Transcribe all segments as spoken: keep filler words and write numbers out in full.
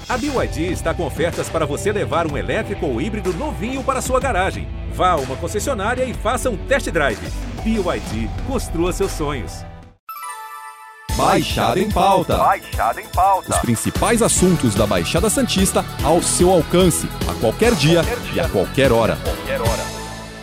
A B Y D está com ofertas para você levar um elétrico ou híbrido novinho para sua garagem. Vá a uma concessionária e faça um test drive. B Y D, construa seus sonhos. Baixada em Pauta. Baixada em Pauta. Os principais assuntos da Baixada Santista ao seu alcance, a qualquer dia, qualquer dia. e a qualquer hora. Qualquer hora.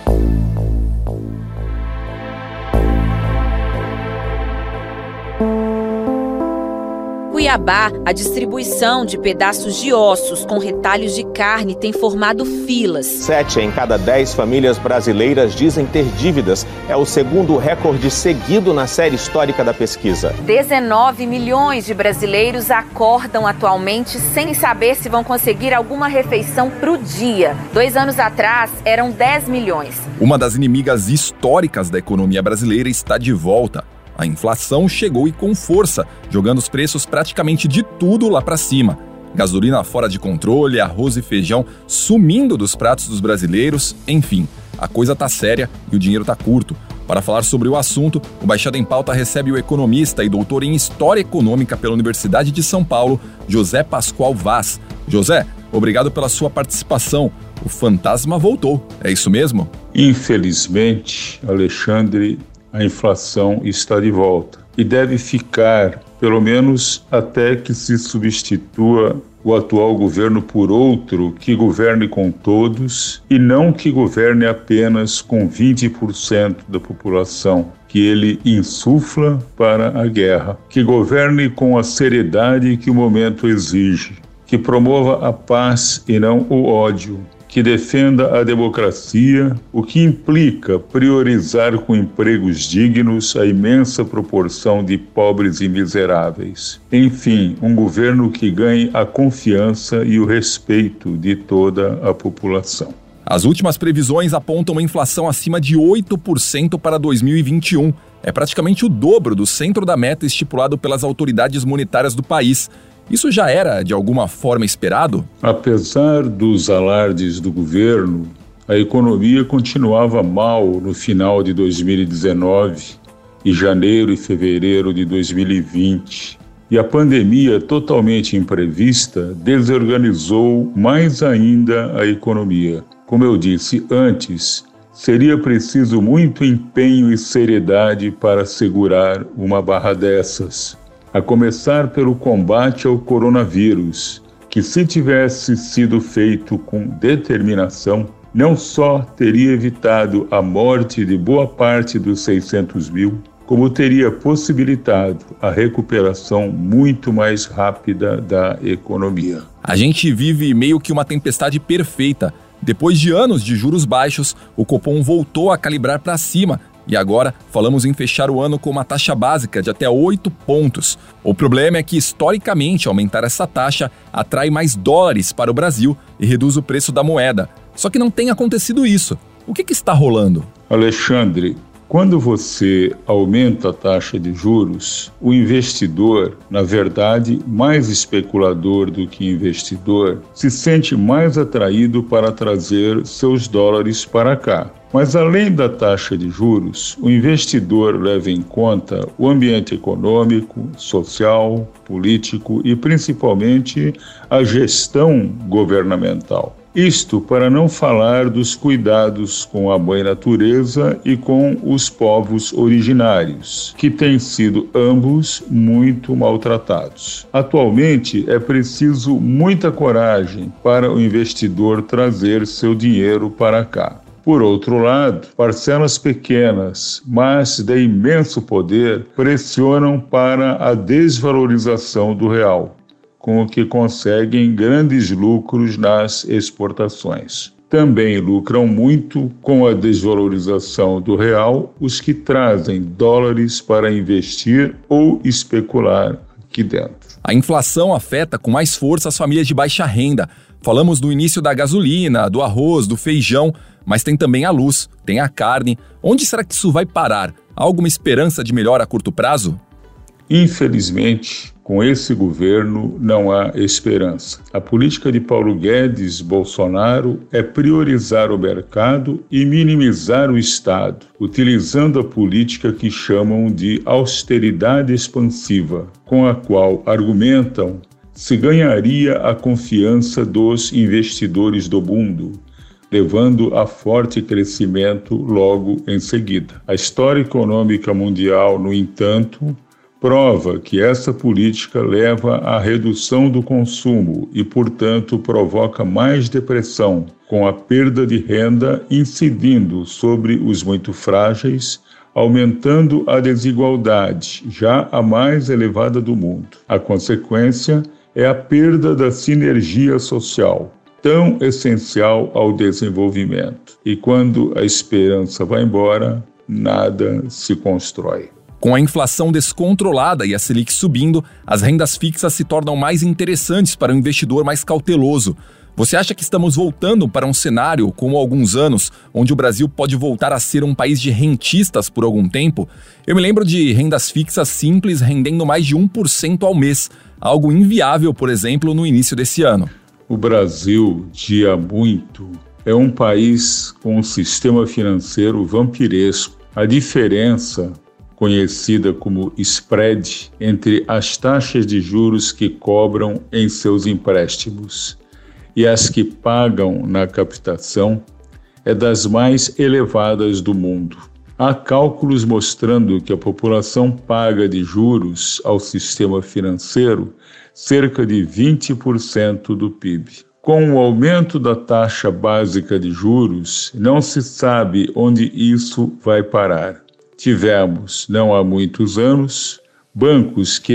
Cuiabá, a distribuição de pedaços de ossos com retalhos de carne tem formado filas. Sete em cada dez famílias brasileiras dizem ter dívidas. É o segundo recorde seguido na série histórica da pesquisa. dezenove milhões de brasileiros acordam atualmente sem saber se vão conseguir alguma refeição pro dia. Dois anos atrás, eram dez milhões. Uma das inimigas históricas da economia brasileira está de volta. A inflação chegou e com força, jogando os preços praticamente de tudo lá para cima. Gasolina fora de controle, arroz e feijão sumindo dos pratos dos brasileiros, enfim, a coisa tá séria e o dinheiro tá curto. Para falar sobre o assunto, o Baixada em Pauta recebe o economista e doutor em História Econômica pela Universidade de São Paulo, José Pascoal Vaz. José, obrigado pela sua participação. O fantasma voltou, é isso mesmo? Infelizmente, Alexandre, a inflação está de volta e deve ficar, pelo menos até que se substitua o atual governo por outro que governe com todos e não que governe apenas com vinte por cento da população que ele insufla para a guerra, que governe com a seriedade que o momento exige, que promova a paz e não o ódio, que defenda a democracia, o que implica priorizar com empregos dignos a imensa proporção de pobres e miseráveis. Enfim, um governo que ganhe a confiança e o respeito de toda a população. As últimas previsões apontam uma inflação acima de oito por cento para dois mil e vinte e um. É praticamente o dobro do centro da meta estipulado pelas autoridades monetárias do país. Isso já era, de alguma forma, esperado? Apesar dos alardes do governo, a economia continuava mal no final de dois mil e dezenove e janeiro e fevereiro de dois mil e vinte. E a pandemia, totalmente imprevista, desorganizou mais ainda a economia. Como eu disse antes, seria preciso muito empenho e seriedade para segurar uma barra dessas. A começar pelo combate ao coronavírus, que se tivesse sido feito com determinação, não só teria evitado a morte de boa parte dos seiscentos mil, como teria possibilitado a recuperação muito mais rápida da economia. A gente vive meio que uma tempestade perfeita. Depois de anos de juros baixos, o Copom voltou a calibrar para cima. E agora falamos em fechar o ano com uma taxa básica de até oito pontos. O problema é que, historicamente, aumentar essa taxa atrai mais dólares para o Brasil e reduz o preço da moeda. Só que não tem acontecido isso. O que, que está rolando? Alexandre, quando você aumenta a taxa de juros, o investidor, na verdade, mais especulador do que investidor, se sente mais atraído para trazer seus dólares para cá. Mas além da taxa de juros, o investidor leva em conta o ambiente econômico, social, político e principalmente a gestão governamental. Isto para não falar dos cuidados com a mãe natureza e com os povos originários, que têm sido ambos muito maltratados. Atualmente é preciso muita coragem para o investidor trazer seu dinheiro para cá. Por outro lado, parcelas pequenas, mas de imenso poder, pressionam para a desvalorização do real, com o que conseguem grandes lucros nas exportações. Também lucram muito com a desvalorização do real os que trazem dólares para investir ou especular aqui dentro. A inflação afeta com mais força as famílias de baixa renda. Falamos do início da gasolina, do arroz, do feijão, mas tem também a luz, tem a carne. Onde será que isso vai parar? Há alguma esperança de melhora a curto prazo? Infelizmente, com esse governo não há esperança. A política de Paulo Guedes Bolsonaro é priorizar o mercado e minimizar o Estado, utilizando a política que chamam de austeridade expansiva, com a qual argumentam se ganharia a confiança dos investidores do mundo, levando a forte crescimento logo em seguida. A história econômica mundial, no entanto, prova que essa política leva à redução do consumo e, portanto, provoca mais depressão, com a perda de renda incidindo sobre os muito frágeis, aumentando a desigualdade, já a mais elevada do mundo. A consequência é a perda da sinergia social, tão essencial ao desenvolvimento. E quando a esperança vai embora, nada se constrói. Com a inflação descontrolada e a Selic subindo, as rendas fixas se tornam mais interessantes para o investidor mais cauteloso. Você acha que estamos voltando para um cenário, como há alguns anos, onde o Brasil pode voltar a ser um país de rentistas por algum tempo? Eu me lembro de rendas fixas simples rendendo mais de um por cento ao mês, algo inviável, por exemplo, no início desse ano. O Brasil, de há muito, é um país com um sistema financeiro vampiresco. A diferença, conhecida como spread, entre as taxas de juros que cobram em seus empréstimos e as que pagam na captação, é das mais elevadas do mundo. Há cálculos mostrando que a população paga de juros ao sistema financeiro cerca de vinte por cento do P I B. Com o aumento da taxa básica de juros, não se sabe onde isso vai parar. Tivemos, não há muitos anos, bancos que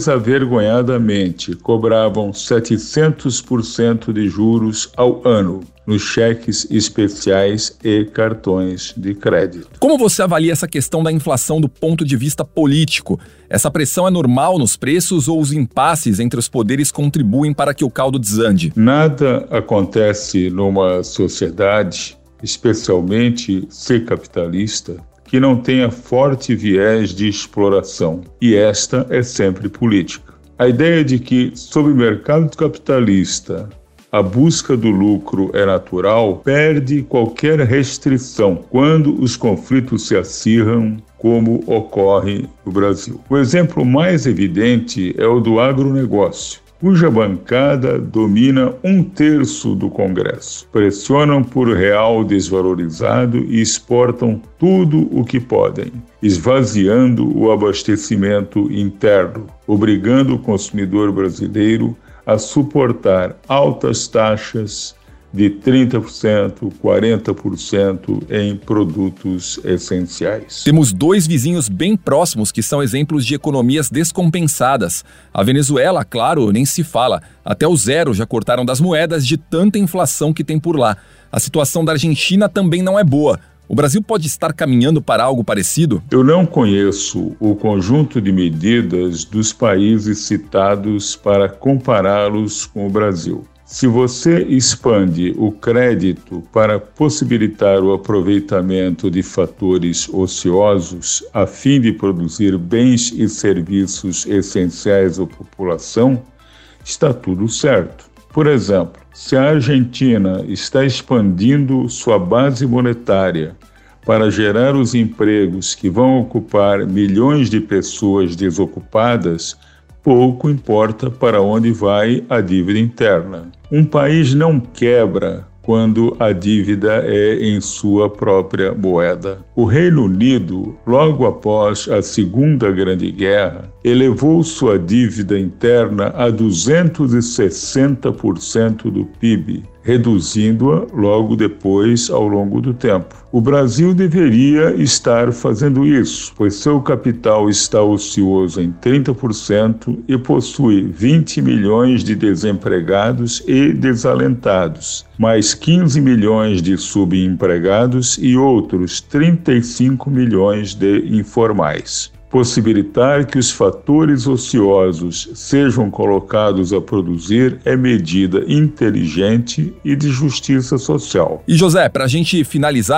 desavergonhadamente cobravam setecentos por cento de juros ao ano nos cheques especiais e cartões de crédito. Como você avalia essa questão da inflação do ponto de vista político? Essa pressão é normal nos preços ou os impasses entre os poderes contribuem para que o caldo desande? Nada acontece numa sociedade, especialmente se capitalista, que não tenha forte viés de exploração, e esta é sempre política. A ideia de que, sob o mercado capitalista, a busca do lucro é natural, perde qualquer restrição quando os conflitos se acirram, como ocorre no Brasil. O exemplo mais evidente é o do agronegócio, cuja bancada domina um terço do Congresso. Pressionam por real desvalorizado e exportam tudo o que podem, esvaziando o abastecimento interno, obrigando o consumidor brasileiro a suportar altas taxas de trinta por cento, quarenta por cento em produtos essenciais. Temos dois vizinhos bem próximos que são exemplos de economias descompensadas. A Venezuela, claro, nem se fala. Até o zero já cortaram das moedas de tanta inflação que tem por lá. A situação da Argentina também não é boa. O Brasil pode estar caminhando para algo parecido? Eu não conheço o conjunto de medidas dos países citados para compará-los com o Brasil. Se você expande o crédito para possibilitar o aproveitamento de fatores ociosos a fim de produzir bens e serviços essenciais à população, está tudo certo. Por exemplo, se a Argentina está expandindo sua base monetária para gerar os empregos que vão ocupar milhões de pessoas desocupadas, pouco importa para onde vai a dívida interna. Um país não quebra quando a dívida é em sua própria moeda. O Reino Unido, logo após a Segunda Grande Guerra, elevou sua dívida interna a duzentos e sessenta por cento do P I B, reduzindo-a logo depois ao longo do tempo. O Brasil deveria estar fazendo isso, pois seu capital está ocioso em trinta por cento e possui vinte milhões de desempregados e desalentados, mais quinze milhões de subempregados e outros trinta e cinco milhões de informais. Possibilitar que os fatores ociosos sejam colocados a produzir é medida inteligente e de justiça social. E José, para a gente finalizar,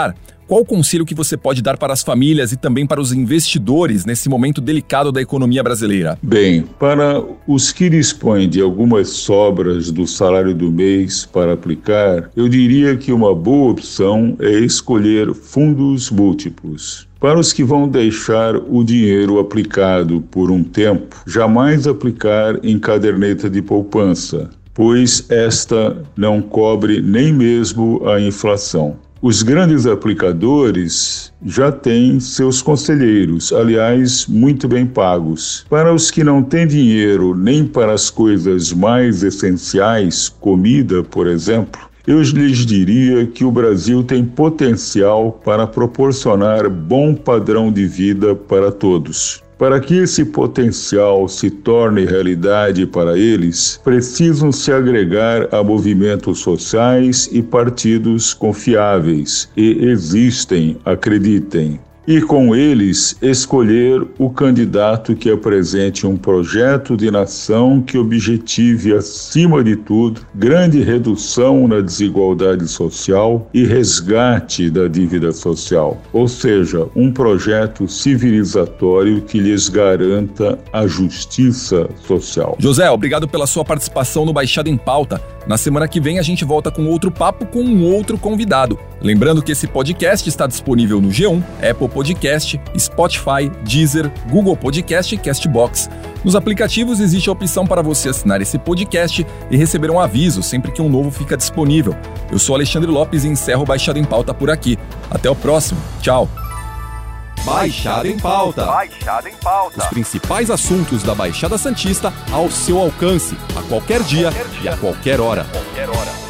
Qual o conselho que você pode dar para as famílias e também para os investidores nesse momento delicado da economia brasileira? Bem, para os que dispõem de algumas sobras do salário do mês para aplicar, eu diria que uma boa opção é escolher fundos múltiplos. Para os que vão deixar o dinheiro aplicado por um tempo, jamais aplicar em caderneta de poupança, pois esta não cobre nem mesmo a inflação. Os grandes aplicadores já têm seus conselheiros, aliás, muito bem pagos. Para os que não têm dinheiro nem para as coisas mais essenciais, comida, por exemplo, eu lhes diria que o Brasil tem potencial para proporcionar bom padrão de vida para todos. Para que esse potencial se torne realidade para eles, precisam se agregar a movimentos sociais e partidos confiáveis, e existem, acreditem. E com eles, escolher o candidato que apresente um projeto de nação que objetive, acima de tudo, grande redução na desigualdade social e resgate da dívida social, ou seja, um projeto civilizatório que lhes garanta a justiça social. José, obrigado pela sua participação no Baixada em Pauta. Na semana que vem a gente volta com outro papo com um outro convidado. Lembrando que esse podcast está disponível no G um, Apple Podcast, Spotify, Deezer, Google Podcast e Castbox. Nos aplicativos existe a opção para você assinar esse podcast e receber um aviso sempre que um novo fica disponível. Eu sou Alexandre Lopes e encerro o Baixada em Pauta por aqui. Até o próximo. Tchau. Baixada em Pauta. Baixada em Pauta. Os principais assuntos da Baixada Santista ao seu alcance, a qualquer dia, qualquer dia. e a qualquer hora. Qualquer hora.